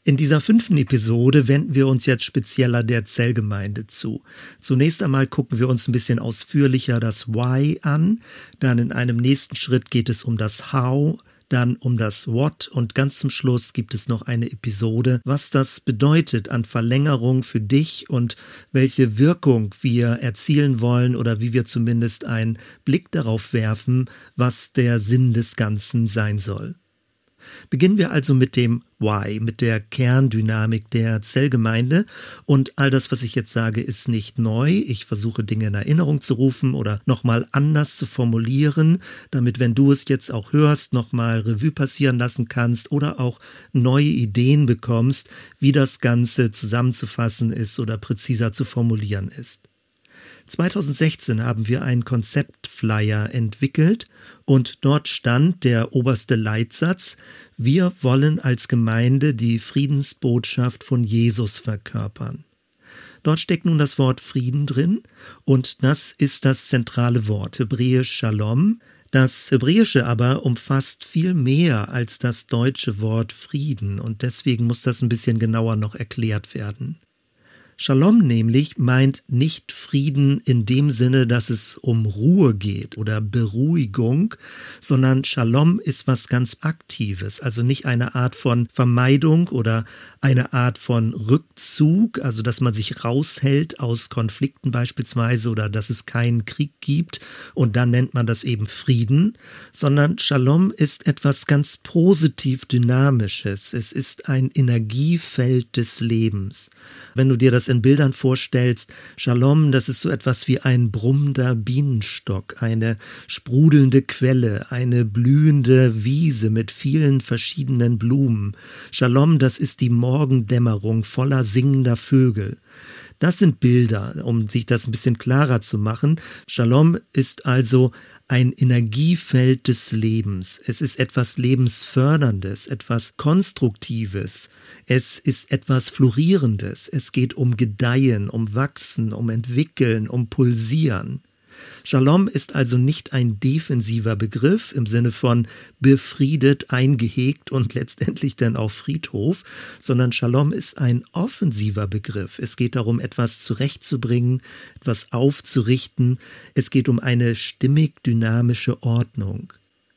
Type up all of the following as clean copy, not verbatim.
In dieser 5. Episode wenden wir uns jetzt spezieller der Zellgemeinde zu. Zunächst einmal gucken wir uns ein bisschen ausführlicher das Why an, dann in einem nächsten Schritt geht es um das How, dann um das What und ganz zum Schluss gibt es noch eine Episode, was das bedeutet an Verlängerung für dich und welche Wirkung wir erzielen wollen oder wie wir zumindest einen Blick darauf werfen, was der Sinn des Ganzen sein soll. Beginnen wir also mit dem Why, mit der Kerndynamik der Zellgemeinde. Und all das, was ich jetzt sage, ist nicht neu. Ich versuche Dinge in Erinnerung zu rufen oder nochmal anders zu formulieren, damit, wenn du es jetzt auch hörst, nochmal Revue passieren lassen kannst oder auch neue Ideen bekommst, wie das Ganze zusammenzufassen ist oder präziser zu formulieren ist. 2016 haben wir einen Konzeptflyer entwickelt und dort stand der oberste Leitsatz: Wir wollen als Gemeinde die Friedensbotschaft von Jesus verkörpern. Dort steckt nun das Wort Frieden drin und das ist das zentrale Wort, hebräisch Shalom. Das Hebräische aber umfasst viel mehr als das deutsche Wort Frieden und deswegen muss das ein bisschen genauer noch erklärt werden. Shalom nämlich meint nicht Frieden in dem Sinne, dass es um Ruhe geht oder Beruhigung, sondern Shalom ist was ganz Aktives, also nicht eine Art von Vermeidung oder eine Art von Rückzug, also dass man sich raushält aus Konflikten beispielsweise oder dass es keinen Krieg gibt und dann nennt man das eben Frieden, sondern Shalom ist etwas ganz positiv Dynamisches, es ist ein Energiefeld des Lebens. Wenn du dir das in Bildern vorstellst, Shalom, das ist so etwas wie ein brummender Bienenstock, eine sprudelnde Quelle, eine blühende Wiese mit vielen verschiedenen Blumen. Shalom, das ist die Morgendämmerung voller singender Vögel. Das sind Bilder, um sich das ein bisschen klarer zu machen. Shalom ist also ein Energiefeld des Lebens. Es ist etwas Lebensförderndes, etwas Konstruktives. Es ist etwas Florierendes. Es geht um Gedeihen, um Wachsen, um Entwickeln, um Pulsieren. Shalom ist also nicht ein defensiver Begriff im Sinne von befriedet, eingehegt und letztendlich dann auch Friedhof, sondern Shalom ist ein offensiver Begriff. Es geht darum, etwas zurechtzubringen, etwas aufzurichten. Es geht um eine stimmig dynamische Ordnung.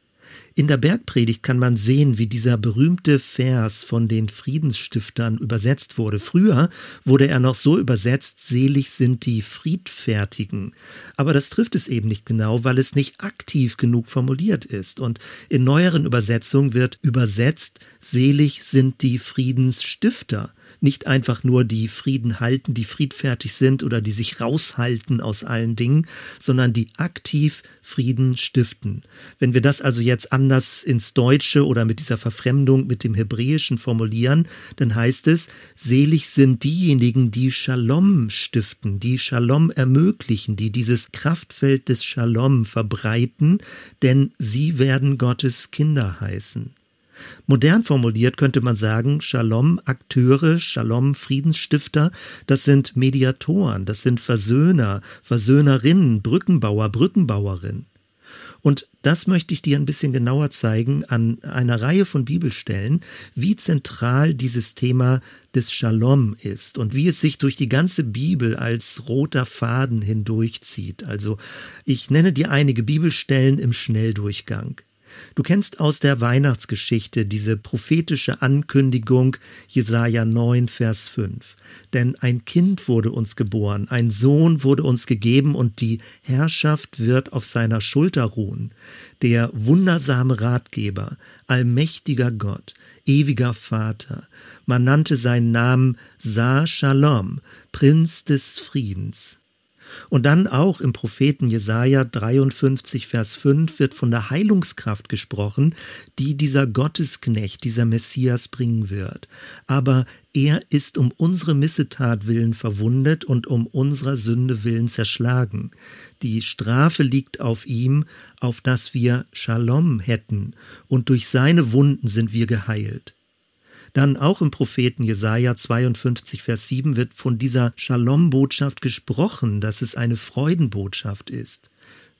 In der Bergpredigt kann man sehen, wie dieser berühmte Vers von den Friedensstiftern übersetzt wurde. Früher wurde er noch so übersetzt: Selig sind die Friedfertigen. Aber das trifft es eben nicht genau, weil es nicht aktiv genug formuliert ist. Und in neueren Übersetzungen wird übersetzt: Selig sind die Friedensstifter. Nicht einfach nur die Frieden halten, die friedfertig sind oder die sich raushalten aus allen Dingen, sondern die aktiv Frieden stiften. Wenn wir das also jetzt anders ins Deutsche oder mit dieser Verfremdung mit dem Hebräischen formulieren, dann heißt es: Selig sind diejenigen, die Shalom stiften, die Shalom ermöglichen, die dieses Kraftfeld des Shalom verbreiten, denn sie werden Gottes Kinder heißen. Modern formuliert könnte man sagen, Shalom-Akteure, Shalom-Friedensstifter, das sind Mediatoren, das sind Versöhner, Versöhnerinnen, Brückenbauer, Brückenbauerinnen. Und das möchte ich dir ein bisschen genauer zeigen an einer Reihe von Bibelstellen, wie zentral dieses Thema des Shalom ist und wie es sich durch die ganze Bibel als roter Faden hindurchzieht. Also ich nenne dir einige Bibelstellen im Schnelldurchgang. Du kennst aus der Weihnachtsgeschichte diese prophetische Ankündigung, Jesaja 9, Vers 5. Denn ein Kind wurde uns geboren, ein Sohn wurde uns gegeben und die Herrschaft wird auf seiner Schulter ruhen. Der wundersame Ratgeber, allmächtiger Gott, ewiger Vater. Man nannte seinen Namen Sar Shalom, Prinz des Friedens. Und dann auch im Propheten Jesaja 53, Vers 5 wird von der Heilungskraft gesprochen, die dieser Gottesknecht, dieser Messias bringen wird. Aber er ist um unsere Missetat willen verwundet und um unserer Sünde willen zerschlagen. Die Strafe liegt auf ihm, auf dass wir Shalom hätten, und durch seine Wunden sind wir geheilt. Dann auch im Propheten Jesaja 52, Vers 7 wird von dieser Shalom-Botschaft gesprochen, dass es eine Freudenbotschaft ist.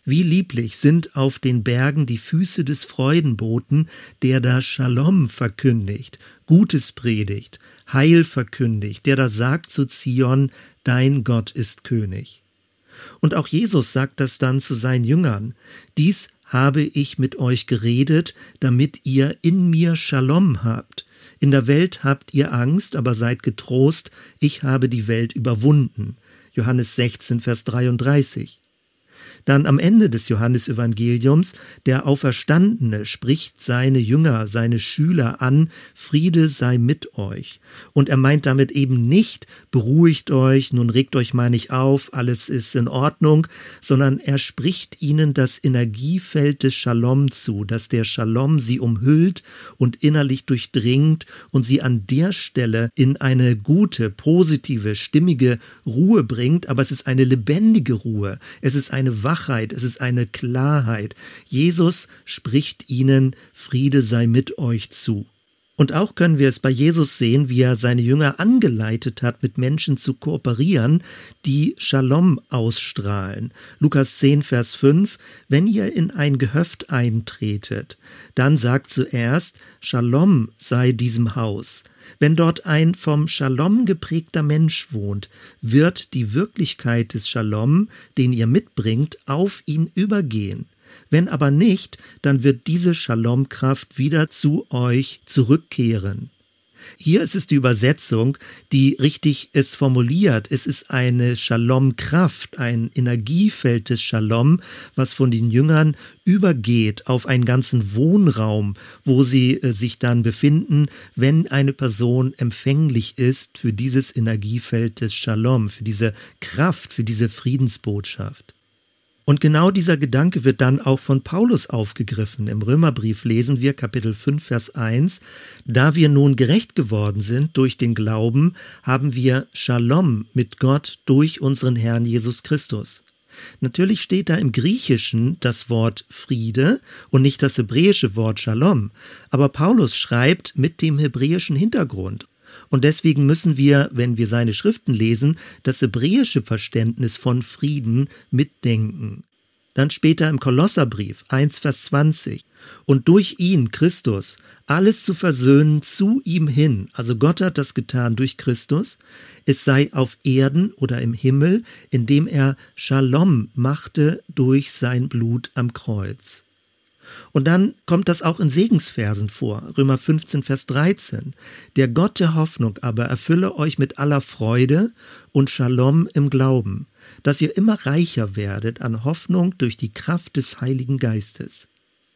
Wie lieblich sind auf den Bergen die Füße des Freudenboten, der da Shalom verkündigt, Gutes predigt, Heil verkündigt, der da sagt zu Zion, dein Gott ist König. Und auch Jesus sagt das dann zu seinen Jüngern, dies habe ich mit euch geredet, damit ihr in mir Shalom habt. In der Welt habt ihr Angst, aber seid getrost, ich habe die Welt überwunden. Johannes 16, Vers 33. Dann am Ende des Johannesevangeliums, der Auferstandene spricht seine Jünger, seine Schüler an, Friede sei mit euch. Und er meint damit eben nicht, beruhigt euch, nun regt euch mal nicht auf, alles ist in Ordnung, sondern er spricht ihnen das Energiefeld des Shalom zu, dass der Shalom sie umhüllt und innerlich durchdringt und sie an der Stelle in eine gute, positive, stimmige Ruhe bringt, aber es ist eine lebendige Ruhe, es ist eine Wachheit, es ist eine Klarheit. Jesus spricht ihnen, Friede sei mit euch zu. Und auch können wir es bei Jesus sehen, wie er seine Jünger angeleitet hat, mit Menschen zu kooperieren, die Shalom ausstrahlen. Lukas 10, Vers 5, wenn ihr in ein Gehöft eintretet, dann sagt zuerst, Shalom sei diesem Haus. Wenn dort ein vom Shalom geprägter Mensch wohnt, wird die Wirklichkeit des Shalom, den ihr mitbringt, auf ihn übergehen. Wenn aber nicht, dann wird diese Shalom-Kraft wieder zu euch zurückkehren. Hier ist es die Übersetzung, die richtig es formuliert. Es ist eine Shalom-Kraft, ein Energiefeld des Shalom, was von den Jüngern übergeht auf einen ganzen Wohnraum, wo sie sich dann befinden, wenn eine Person empfänglich ist für dieses Energiefeld des Shalom, für diese Kraft, für diese Friedensbotschaft. Und genau dieser Gedanke wird dann auch von Paulus aufgegriffen. Im Römerbrief lesen wir Kapitel 5, Vers 1, da wir nun gerecht geworden sind durch den Glauben, haben wir Shalom mit Gott durch unseren Herrn Jesus Christus. Natürlich steht da im Griechischen das Wort Friede und nicht das hebräische Wort Shalom, aber Paulus schreibt mit dem hebräischen Hintergrund. Und deswegen müssen wir, wenn wir seine Schriften lesen, das hebräische Verständnis von Frieden mitdenken. Dann später im Kolosserbrief 1, Vers 20. Und durch ihn, Christus, alles zu versöhnen zu ihm hin. Also Gott hat das getan durch Christus. Es sei auf Erden oder im Himmel, indem er Shalom machte durch sein Blut am Kreuz. Und dann kommt das auch in Segensversen vor, Römer 15, Vers 13. Der Gott der Hoffnung aber erfülle euch mit aller Freude und Shalom im Glauben, dass ihr immer reicher werdet an Hoffnung durch die Kraft des Heiligen Geistes.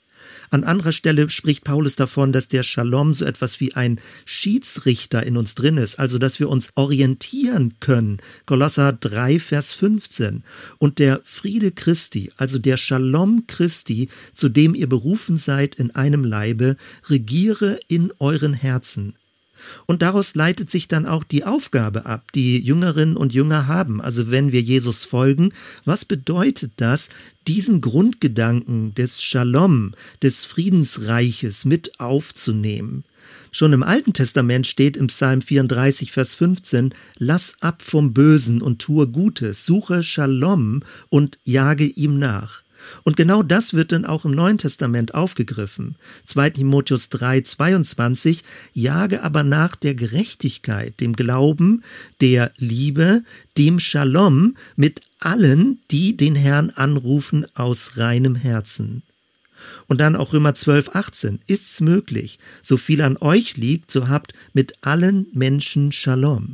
An anderer Stelle spricht Paulus davon, dass der Shalom so etwas wie ein Schiedsrichter in uns drin ist, also dass wir uns orientieren können. Kolosser 3, Vers 15. Und der Friede Christi, also der Shalom Christi, zu dem ihr berufen seid in einem Leibe, regiere in euren Herzen. Und daraus leitet sich dann auch die Aufgabe ab, die Jüngerinnen und Jünger haben. Also wenn wir Jesus folgen, was bedeutet das, diesen Grundgedanken des Shalom, des Friedensreiches mit aufzunehmen? Schon im Alten Testament steht im Psalm 34, Vers 15, lass ab vom Bösen und tue Gutes, suche Shalom und jage ihm nach. Und genau das wird dann auch im Neuen Testament aufgegriffen. 2 Timotheus 3, 22, jage aber nach der Gerechtigkeit, dem Glauben, der Liebe, dem Shalom mit allen, die den Herrn anrufen aus reinem Herzen. Und dann auch Römer 12, 18, ist's möglich, so viel an euch liegt, so habt mit allen Menschen Shalom.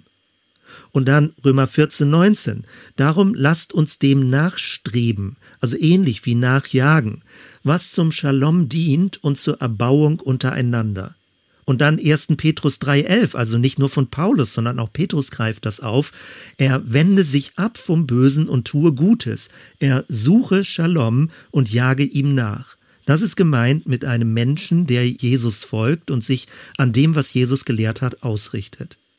Und dann Römer 14, 19. Darum lasst uns dem nachstreben, also ähnlich wie nachjagen, was zum Shalom dient und zur Erbauung untereinander. Und dann 1. Petrus 3, 11, also nicht nur von Paulus, sondern auch Petrus greift das auf. Er wende sich ab vom Bösen und tue Gutes. Er suche Shalom und jage ihm nach. Das ist gemeint mit einem Menschen, der Jesus folgt und sich an dem, was Jesus gelehrt hat, ausrichtet.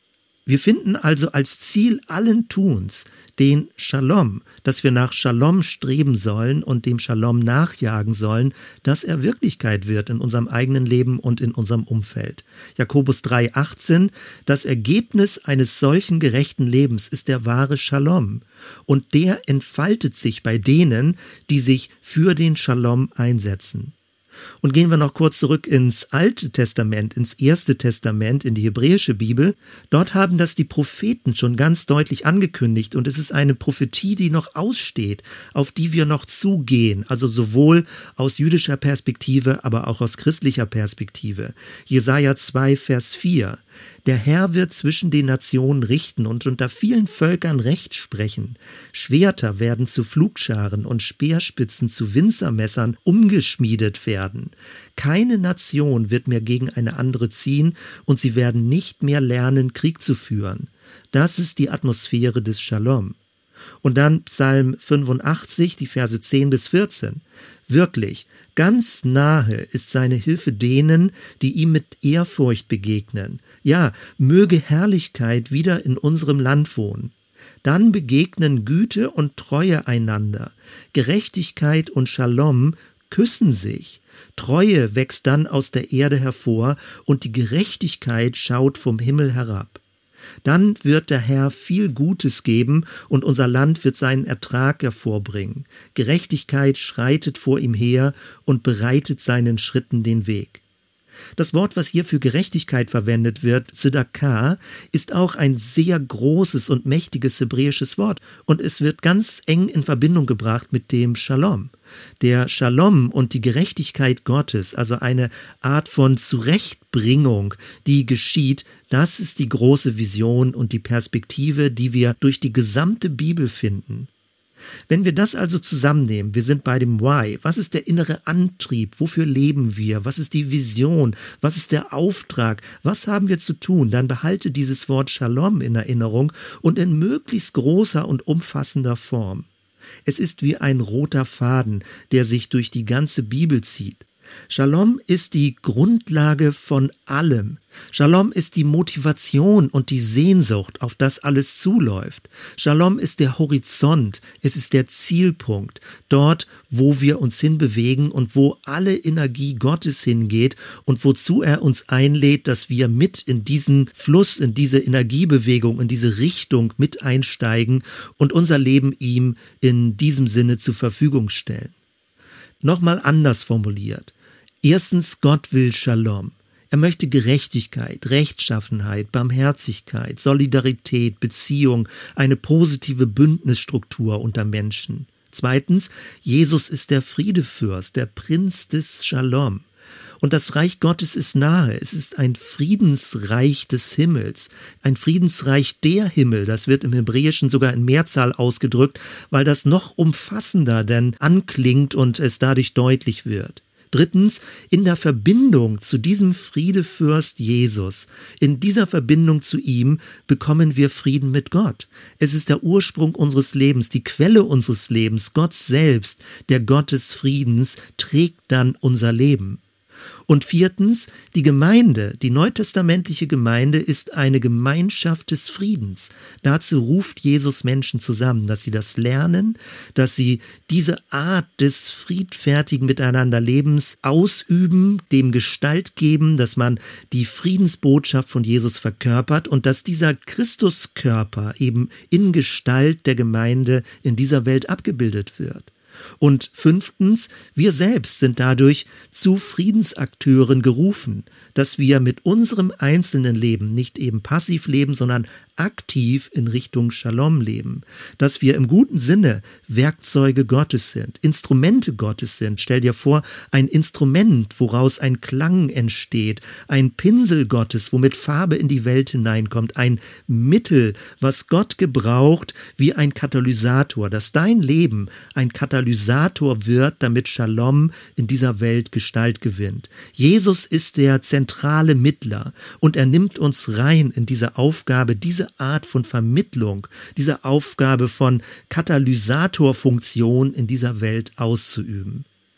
Wir finden also als Ziel allen Tuns den Shalom, dass wir nach Shalom streben sollen und dem Shalom nachjagen sollen, dass er Wirklichkeit wird in unserem eigenen Leben und in unserem Umfeld. Jakobus 3,18: Das Ergebnis eines solchen gerechten Lebens ist der wahre Shalom, und der entfaltet sich bei denen, die sich für den Shalom einsetzen. Und gehen wir noch kurz zurück ins Alte Testament, ins Erste Testament, in die hebräische Bibel. Dort haben das die Propheten schon ganz deutlich angekündigt, und es ist eine Prophetie, die noch aussteht, auf die wir noch zugehen, also sowohl aus jüdischer Perspektive, aber auch aus christlicher Perspektive. Jesaja 2, Vers 4: Der Herr wird zwischen den Nationen richten und unter vielen Völkern Recht sprechen. Schwerter werden zu Pflugscharen und Speerspitzen zu Winzermessern umgeschmiedet werden. Keine Nation wird mehr gegen eine andere ziehen, und sie werden nicht mehr lernen, Krieg zu führen. Das ist die Atmosphäre des Shalom. Und dann Psalm 85, die Verse 10 bis 14. Wirklich, ganz nahe ist seine Hilfe denen, die ihm mit Ehrfurcht begegnen. Ja, möge Herrlichkeit wieder in unserem Land wohnen. Dann begegnen Güte und Treue einander. Gerechtigkeit und Shalom küssen sich. Treue wächst dann aus der Erde hervor, und die Gerechtigkeit schaut vom Himmel herab. Dann wird der Herr viel Gutes geben, und unser Land wird seinen Ertrag hervorbringen. Gerechtigkeit schreitet vor ihm her und bereitet seinen Schritten den Weg. Das Wort, was hier für Gerechtigkeit verwendet wird, Tzedakah, ist auch ein sehr großes und mächtiges hebräisches Wort, und es wird ganz eng in Verbindung gebracht mit dem Shalom. Der Shalom und die Gerechtigkeit Gottes, also eine Art von Zurechtbringung, die geschieht, das ist die große Vision und die Perspektive, die wir durch die gesamte Bibel finden. Wenn wir das also zusammennehmen, wir sind bei dem Why. Was ist der innere Antrieb? Wofür leben wir? Was ist die Vision? Was ist der Auftrag? Was haben wir zu tun? Dann behalte dieses Wort Shalom in Erinnerung und in möglichst großer und umfassender Form. Es ist wie ein roter Faden, der sich durch die ganze Bibel zieht. Shalom ist die Grundlage von allem. Shalom ist die Motivation und die Sehnsucht, auf das alles zuläuft. Shalom ist der Horizont, es ist der Zielpunkt, dort, wo wir uns hinbewegen und wo alle Energie Gottes hingeht und wozu er uns einlädt, dass wir mit in diesen Fluss, in diese Energiebewegung, in diese Richtung mit einsteigen und unser Leben ihm in diesem Sinne zur Verfügung stellen. Nochmal anders formuliert. Erstens, Gott will Shalom. Er möchte Gerechtigkeit, Rechtschaffenheit, Barmherzigkeit, Solidarität, Beziehung, eine positive Bündnisstruktur unter Menschen. Zweitens, Jesus ist der Friedefürst, der Prinz des Shalom. Und das Reich Gottes ist nahe. Es ist ein Friedensreich des Himmels, ein Friedensreich der Himmel. Das wird im Hebräischen sogar in Mehrzahl ausgedrückt, weil das noch umfassender denn anklingt und es dadurch deutlich wird. Drittens, in der Verbindung zu diesem Friedefürst Jesus, in dieser Verbindung zu ihm bekommen wir Frieden mit Gott. Es ist der Ursprung unseres Lebens, die Quelle unseres Lebens. Gott selbst, der Gott des Friedens, trägt dann unser Leben. Und viertens, die Gemeinde, die neutestamentliche Gemeinde ist eine Gemeinschaft des Friedens. Dazu ruft Jesus Menschen zusammen, dass sie das lernen, dass sie diese Art des friedfertigen Miteinanderlebens ausüben, dem Gestalt geben, dass man die Friedensbotschaft von Jesus verkörpert und dass dieser Christuskörper eben in Gestalt der Gemeinde in dieser Welt abgebildet wird. Und fünftens, wir selbst sind dadurch zu Friedensakteuren gerufen, dass wir mit unserem einzelnen Leben nicht eben passiv leben, sondern aktiv in Richtung Shalom leben, dass wir im guten Sinne Werkzeuge Gottes sind, Instrumente Gottes sind. Stell dir vor, ein Instrument, woraus ein Klang entsteht, ein Pinsel Gottes, womit Farbe in die Welt hineinkommt, ein Mittel, was Gott gebraucht wie ein Katalysator, dass dein Leben ein Katalysator wird, damit Shalom in dieser Welt Gestalt gewinnt. Jesus ist der zentrale Mittler und er nimmt uns rein in diese Aufgabe, diese Art von Vermittlung, diese Aufgabe von Katalysatorfunktion in dieser Welt auszuüben.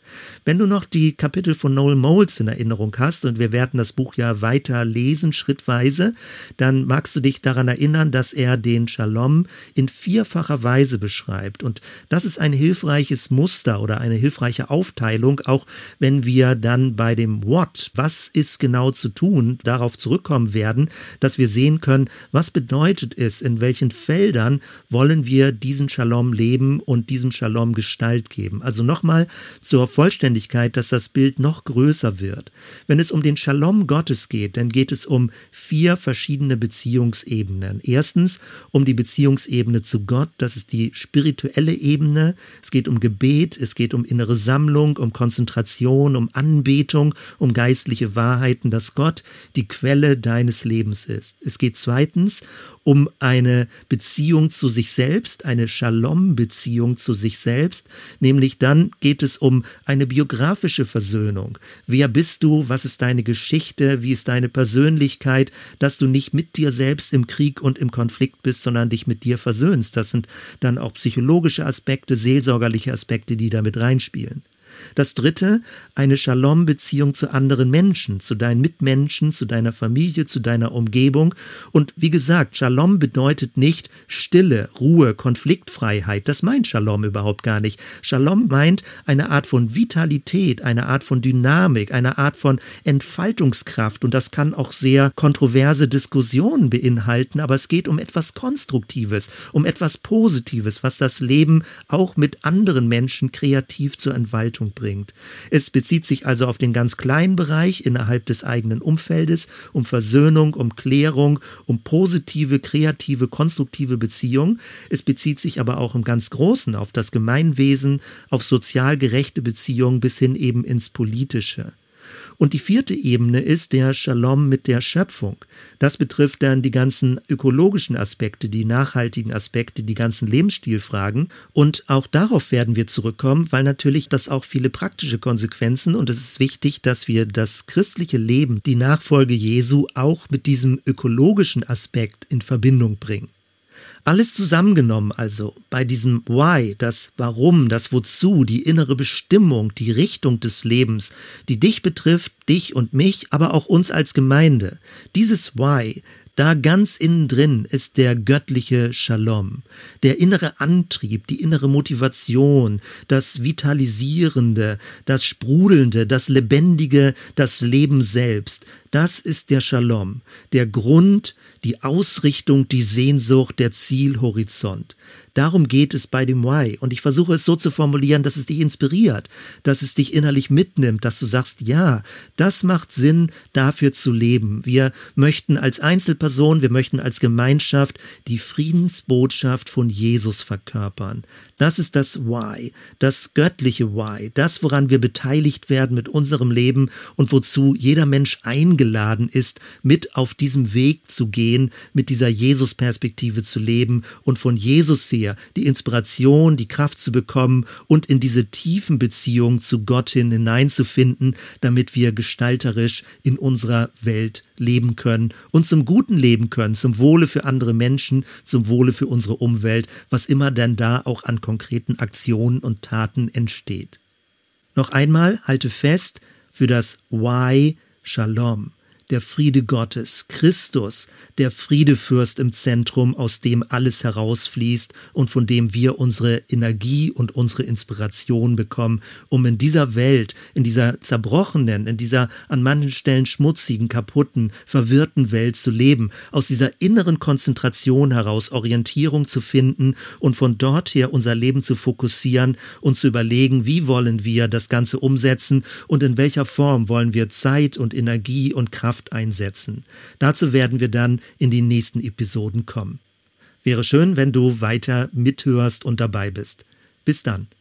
Wenn du noch die Kapitel von Noel Moles in Erinnerung hast, und wir werden das Buch ja weiter lesen, schrittweise, dann magst du dich daran erinnern, dass er den Shalom in vierfacher Weise beschreibt. Und das ist ein hilfreiches Muster oder eine hilfreiche Aufteilung, auch wenn wir dann bei dem What, was ist genau zu tun, darauf zurückkommen werden, dass wir sehen können, was bedeutet es, in welchen Feldern wollen wir diesen Shalom leben und diesem Shalom Gestalt geben. Also nochmal zur Vollständigkeit, dass das Bild noch größer wird. Wenn es um den Shalom Gottes geht, dann geht es um 4 verschiedene Beziehungsebenen. Erstens um die Beziehungsebene zu Gott, das ist die spirituelle Ebene. Es geht um Gebet, es geht um innere Sammlung, um Konzentration, um Anbetung, um geistliche Wahrheiten, dass Gott die Quelle deines Lebens ist. Es geht zweitens um eine Beziehung zu sich selbst, eine Shalom-Beziehung zu sich selbst, nämlich dann geht es um eine biografische Versöhnung. Wer bist du? Was ist deine Geschichte? Wie ist deine Persönlichkeit? Dass du nicht mit dir selbst im Krieg und im Konflikt bist, sondern dich mit dir versöhnst. Das sind dann auch psychologische Aspekte, seelsorgerliche Aspekte, die damit reinspielen. Das dritte, eine Shalom-Beziehung zu anderen Menschen, zu deinen Mitmenschen, zu deiner Familie, zu deiner Umgebung. Und wie gesagt, Shalom bedeutet nicht Stille, Ruhe, Konfliktfreiheit. Das meint Shalom überhaupt gar nicht. Shalom meint eine Art von Vitalität, eine Art von Dynamik, eine Art von Entfaltungskraft. Und das kann auch sehr kontroverse Diskussionen beinhalten, aber es geht um etwas Konstruktives, um etwas Positives, was das Leben auch mit anderen Menschen kreativ zur Entfaltung bringt. Es bezieht sich also auf den ganz kleinen Bereich innerhalb des eigenen Umfeldes, um Versöhnung, um Klärung, um positive, kreative, konstruktive Beziehungen. Es bezieht sich aber auch im ganz Großen auf das Gemeinwesen, auf sozial gerechte Beziehungen bis hin eben ins Politische. Und die 4. Ebene ist der Shalom mit der Schöpfung. Das betrifft dann die ganzen ökologischen Aspekte, die nachhaltigen Aspekte, die ganzen Lebensstilfragen. Und auch darauf werden wir zurückkommen, weil natürlich das auch viele praktische Konsequenzen und es ist wichtig, dass wir das christliche Leben, die Nachfolge Jesu auch mit diesem ökologischen Aspekt in Verbindung bringen. Alles zusammengenommen also bei diesem Why, das Warum, das Wozu, die innere Bestimmung, die Richtung des Lebens, die dich betrifft, dich und mich, aber auch uns als Gemeinde. Dieses Why, da ganz innen drin ist der göttliche Shalom, der innere Antrieb, die innere Motivation, das Vitalisierende, das Sprudelnde, das Lebendige, das Leben selbst. Das ist der Shalom, der Grund, die Ausrichtung, die Sehnsucht, der Zielhorizont. Darum geht es bei dem Why. Und ich versuche es so zu formulieren, dass es dich inspiriert, dass es dich innerlich mitnimmt, dass du sagst, ja, das macht Sinn, dafür zu leben. Wir möchten als Einzelperson, wir möchten als Gemeinschaft die Friedensbotschaft von Jesus verkörpern. Das ist das Why, das göttliche Why, das, woran wir beteiligt werden mit unserem Leben und wozu jeder Mensch eingeladen ist, mit auf diesem Weg zu gehen, mit dieser Jesus-Perspektive zu leben und von Jesus her die Inspiration, die Kraft zu bekommen und in diese tiefen Beziehungen zu Gott hineinzufinden, damit wir gestalterisch in unserer Welt leben können und zum Guten leben können, zum Wohle für andere Menschen, zum Wohle für unsere Umwelt, was immer denn da auch an konkreten Aktionen und Taten entsteht. Noch einmal, halte fest, für das Why Shalom. Der Friede Gottes, Christus, der Friedefürst im Zentrum, aus dem alles herausfließt und von dem wir unsere Energie und unsere Inspiration bekommen, um in dieser Welt, in dieser zerbrochenen, in dieser an manchen Stellen schmutzigen, kaputten, verwirrten Welt zu leben, aus dieser inneren Konzentration heraus Orientierung zu finden und von dort her unser Leben zu fokussieren und zu überlegen, wie wollen wir das Ganze umsetzen und in welcher Form wollen wir Zeit und Energie und Kraft einsetzen. Dazu werden wir dann in den nächsten Episoden kommen. Wäre schön, wenn du weiter mithörst und dabei bist. Bis dann.